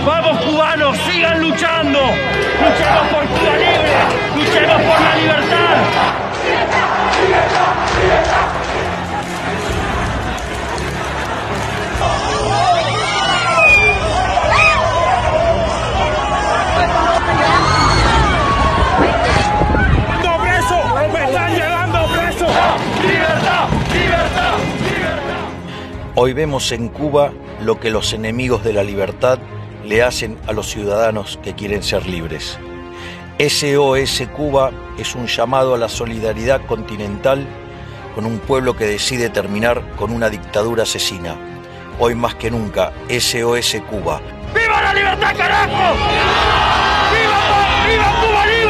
¡Vamos, cubanos! ¡Sigan luchando! ¡Luchemos por Cuba libre! ¡Luchemos por la libertad! ¡Libertad! ¡Libertad! ¡Libertad! Hoy vemos en Cuba lo que los enemigos de la libertad le hacen a los ciudadanos que quieren ser libres. SOS Cuba es un llamado a la solidaridad continental con un pueblo que decide terminar con una dictadura asesina. Hoy más que nunca, SOS Cuba. ¡Viva la libertad, carajo! ¡Viva Cuba libre!